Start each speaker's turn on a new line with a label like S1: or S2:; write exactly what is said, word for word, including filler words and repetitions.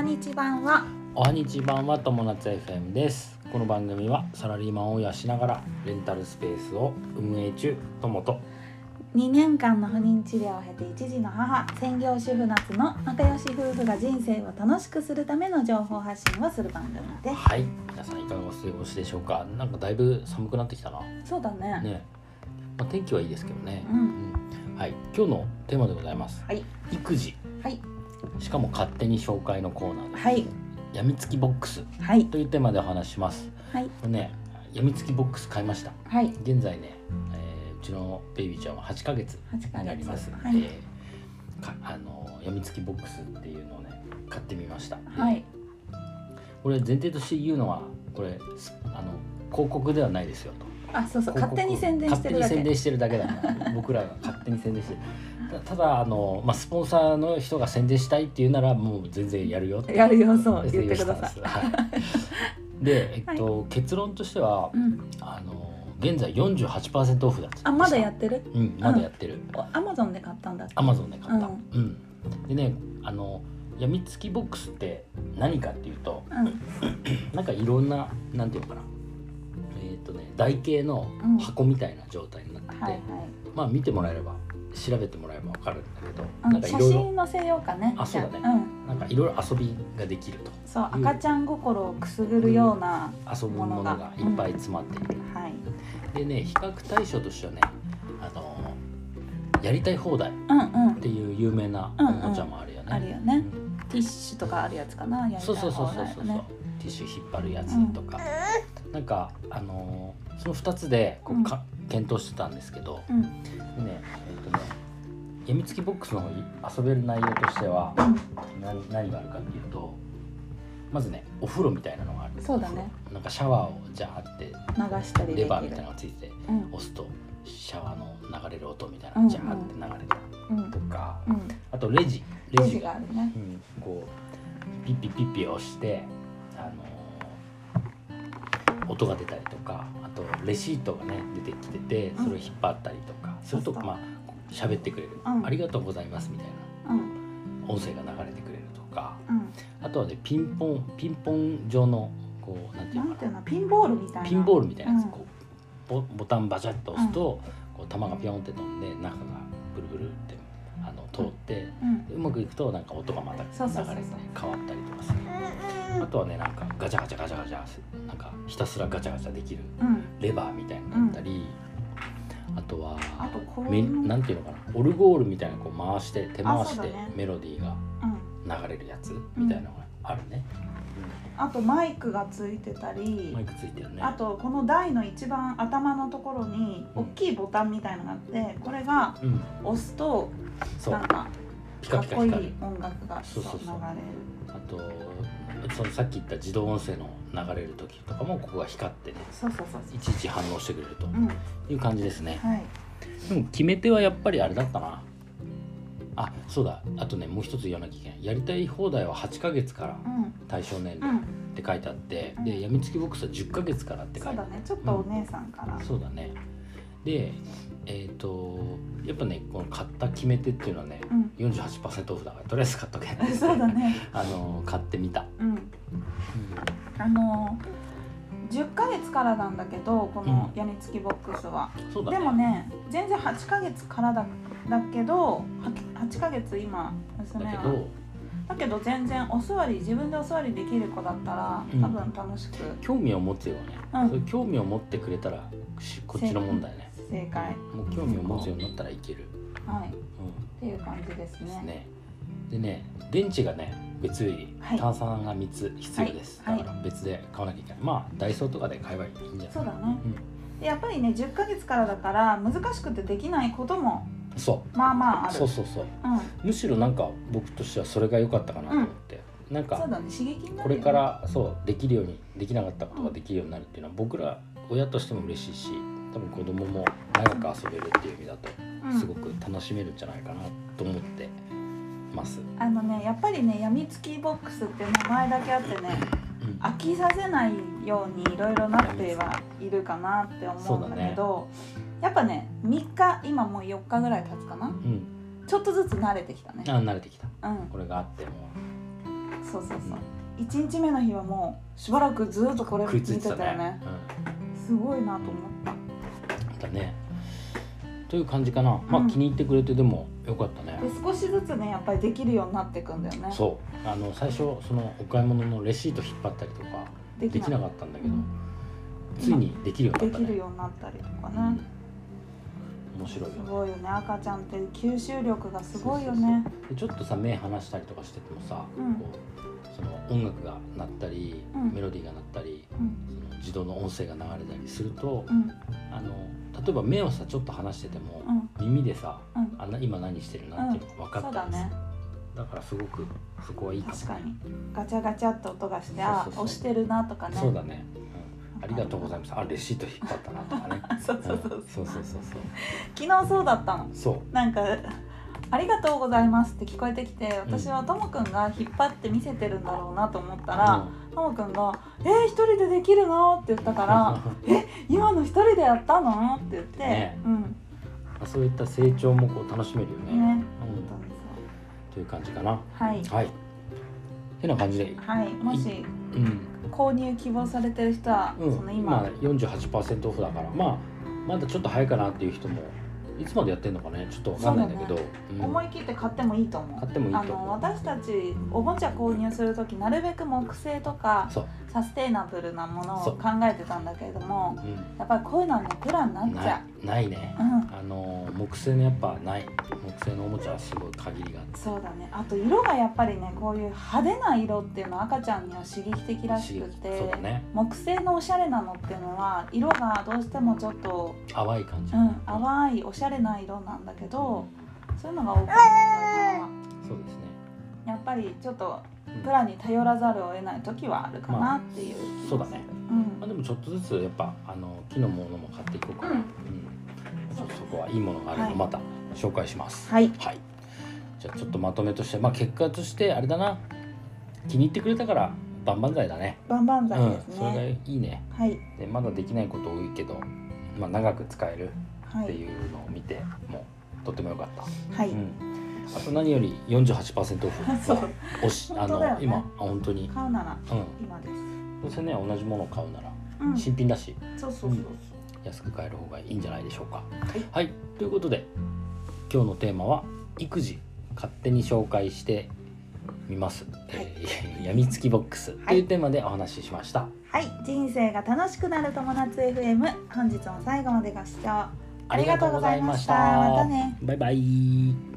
S1: にち版は
S2: おはにち版は友達 エフエム です。この番組はサラリーマンを養しながらレンタルスペースを運営中友と
S1: にねんかんの不妊治療を経て一児の母専業主婦夏の仲良し夫婦が人生を楽しくするための情報発信をする番組です。
S2: はい、皆さんいかがお過ごしでしょうか。なんかだいぶ寒くなってきたな。
S1: そうだね。
S2: ね、まあ、天気はいいですけどね、
S1: うん
S2: うん、はい、今日のテーマでございます。
S1: はい、
S2: 育児、
S1: はい、
S2: しかも勝手に紹介のコーナーです。
S1: はい、
S2: やみつきボックス
S1: はい
S2: というテーマでお話しします。
S1: はい、
S2: これね、やみつきボックス買いました。
S1: はい、
S2: 現在ね、えー、うちのベイビーちゃんははちかげつになりますので、
S1: はい、
S2: かあのやみつきボックスっていうのをね買ってみました。
S1: はい、
S2: これ前提として言うのは、これあの広告ではないですよと。
S1: あ、そうそう、勝手に宣伝してるだけ。
S2: 勝手に宣伝してるだけだな僕らが勝手に宣伝してる。ただあの、まあ、スポンサーの人が宣伝したいっていうならもう全然やるよって
S1: やるよ、そう言ってください。
S2: はい、で、えっとはい、結論としては、うん、あの現在 よんじゅうはちパーセント オフだって。
S1: あ、まだやってる？
S2: うん、まだやってる。
S1: アマゾンで買ったんだって。
S2: アマゾンで買った。うん、
S1: うん、
S2: でね、あのやみつきボックスって何かっていうと、うん、なんかいろんななんていうのかな、えっとね台形の箱みたいな状態になってて、うん、はいはい、まあ見てもらえれば調べてもらえば分かるんだけど、
S1: うん、なんかいろいろ写真載せようかね。
S2: あ、そうだね、うん、なんかいろいろ遊びができると。
S1: そう、赤ちゃん心をくすぐるような
S2: 遊ぶものがいっぱい詰まっている、うん、はい、でね、比較対象としてはね、あのやりたい放題っていう有名なおもちゃもあるよね、
S1: うんうん、あるよね、うん、ティッシュとかあるやつかな、やりたい放題、ね、
S2: そうそうそうそうそう、ティッシュ引っ張るやつとか、うん、なんかあのそのふたつでこうか、うん、検討してたんですけど、うん、でね、えっとねやみつきボックスの方に遊べる内容としては、うん、何, 何があるかっていうと、まずねお風呂みたいなのがある。そうだね。なんかシャワーをジャーって
S1: 流したりできる
S2: レバーみたいなのがついて、うん、押すとシャワーの流れる音みたいなのがジャーって流れるとか、うんうん、あとレジ
S1: レジがあるね、
S2: うん、こうピッピピッピ押してあの音が出たりとか、あとレシートがね出てきててそれを引っ張ったりとか、うん、するとまあ喋ってくれる、うん、ありがとうございますみたいな、うん、音声が流れてくれるとか、うん、あとはねピンポンピンポン状のこうなんていうのかな、
S1: ピンボールみたいな
S2: ピンボールみたいなやつ、うん、こう ボ, ボタンバチャッと押すと、うん、こう弾がピョンって飛んで中がブルブルってあの通って、うん、うまくいくとなんか音がまた流れて変わったりとかする。あとはね、なんかガチャガチャガチャガチャなんかひたすらガチャガチャできるレバーみたいなのだったり、うん、あとは
S1: あとこ
S2: めなんていうのかな、オルゴールみたいなこう回して手回してメロディーが流れるやつみたいなのがあるね、
S1: うん、あとマイクがついてたり、
S2: マイクついてるね。
S1: あとこの台の一番頭のところに大きいボタンみたいのがあって、これが押すとなんかかっこいい音楽が流れる。
S2: あとそのさっき言った自動音声の流れる時とかもここが光ってね、
S1: そうそうそうそう、
S2: いちいち反応してくれるという感じですね、
S1: うん、はい、
S2: でも決め手はやっぱりあれだったなあ、そうだ、あとねもう一つ言わなきゃいけない。やりたい放題ははちかげつから対象年齢って書いてあって、うん、でやみつきボックスはじゅっかげつからって書いてある。
S1: そうだね、ちょっとお姉さんから、
S2: うん、そうだね。でえっ、ー、とやっぱねこの買った決め手っていうのはね、うん、よんじゅうはちパーセント オフだからとりあえず買っとけ
S1: そうだね
S2: あの買ってみた、うんうん、
S1: あのじゅっかげつからなんだけどこのやみつきボックスは、うん、そうだね、でもね全然はちかげつからだだけどはちかげつ今娘はだけどだけど全然お座り自分でお座りできる子だったら多分楽しく、うん、
S2: 興味を持つよね、うん、それ興味を持ってくれたらこっちの問題ね。
S1: 正解。
S2: もう興味を持つようになったらいける、
S1: はい、うん、っていう感じですね。ですね。
S2: でね、電池がね別売り、はい、炭酸がみっつ必要です、はい、だから別で買わなきゃいけない、まあダイソーとかで買えばいいんじゃない。
S1: そうだね、うん、でやっぱりねじゅっかげつからだから難しくてできないことも
S2: そう
S1: まあまあある。
S2: そうそうそう、うん、むしろなんか僕としてはそれが良かったかなと思って、うん、なんか
S1: そうだね、刺激になるよね。
S2: これからそうできるようにできなかったことができるようになるっていうのは、うん、僕ら親としても嬉しいし、多分子供も長く遊べるっていう意味だとすごく楽しめるんじゃないかなと思ってます、
S1: うん、あのねやっぱりねやみつきボックスって名前だけあってね、うん、飽きさせないようにいろいろなってはいるかなって思うんだけど、ね、やっぱねみっか今もうよっかぐらい経つかな、うん、ちょっとずつ慣れてきたね。
S2: あ、慣れてきた、うん、これがあっても
S1: そうそうそう、いちにちめの日はもうしばらくずっとこれ見てたよね、ね、うん、すごいなと思った
S2: だね。という感じかな、うん、まあ気に入ってくれてでもよかったね。
S1: で少しずつねやっぱりできるようになっていくんだよね。
S2: そうあの最初そのお買い物のレシート引っ張ったりとかできなかったんだけど、うん、ついにできるようになったね。
S1: できるようになったりとかね、
S2: うん、面白いよね。
S1: すごいよね、赤ちゃんって吸収力がすごいよね。
S2: そうそうそうでちょっとさ目離したりとかしててもさ、うん、こうその音楽が鳴ったり、うん、メロディーが鳴ったり、うん、その自動の音声が流れたりすると、うん、あの例えば目をさちょっと離してても、うん、耳でさ、うん、あな今何してるなっていうのが分かったんです、うん、そうだね。だからすごくそこはいいかもね。
S1: 確かにガチャガチャって音がして、あ、押してるなとかね。
S2: そうだね、うん、ありがとうございます。あ、レシート引っ張ったなとかね
S1: そうそうそう、
S2: うん、そうそうそうそう
S1: 昨日そうだったの。
S2: そう
S1: なんかありがとうございますって聞こえてきて、私はともくんが引っ張って見せてるんだろうなと思ったら、ともくんが「えー、一人でできるの?」って言ったから「え今の一人でやったの?」って言って、ね、うん、
S2: そういった成長もこう楽しめるよね。ね、うん、という感じかな。
S1: はい。
S2: はい。てな感じで。
S1: はい。もし、うん、購入希望されてる人は、うん、その今、
S2: まあ、よんじゅうはちパーセントオフだから、まあまだちょっと早いかなっていう人も。いつまでやってんのかねちょっとわかんないんだけど、ね、
S1: うん、思い切って買ってもいいと思う。
S2: 買ってもいいと思う。
S1: あの私たちおもちゃ購入するときなるべく木製とかサステイナブルなものを考えてたんだけれども、うん、やっぱりこういうのはねプランになっちゃ
S2: う。ないね、うん、あの木製のやっぱない木製のおもちゃはすごい限りがあって。
S1: そうだね。あと色がやっぱりねこういう派手な色っていうのは赤ちゃんには刺激的らしくて、そうだね、木製のおしゃれなのっていうのは色がどうしてもちょっと
S2: 淡い感じ、
S1: うん、淡いおしゃれな色なんだけど、うん、そういうのが多くなっちゃうから、
S2: そうですね、
S1: やっぱりちょっとプランに頼らざるを得ない時はあるかなっていう、
S2: まあ、そうだね、うん、まあ、でもちょっとずつやっぱあの木のものも買っていこうかな、うんうん、ちょっとそこはいいものがあるのでまた紹介します。
S1: はい、
S2: はい、じゃあちょっとまとめとして、まあ、結果としてあれだな、気に入ってくれたから万々歳だね。
S1: 万々歳ですね、
S2: うん、それがいいね、
S1: はい、
S2: でまだできないこと多いけど、まあ、長く使えるっていうのを見て、はい、もうとってもよかった。はい、うん、あと何より よんじゅうはちパーセント オフおしあの、ね、今あ本当に
S1: 買うなら、うん、今です。
S2: どうせね同じものを買うなら、うん、新品だし、
S1: そうそうそうそう、うん、
S2: 安く買える方がいいんじゃないでしょうか。はい、はい、ということで今日のテーマは育児勝手に紹介してみます、はい、えー、やみつきボックスというテーマでお話ししました。
S1: はい、人生が楽しくなる友達 エフエム、 本日も最後までご視聴ありがとうございました。またね。
S2: バイバイ。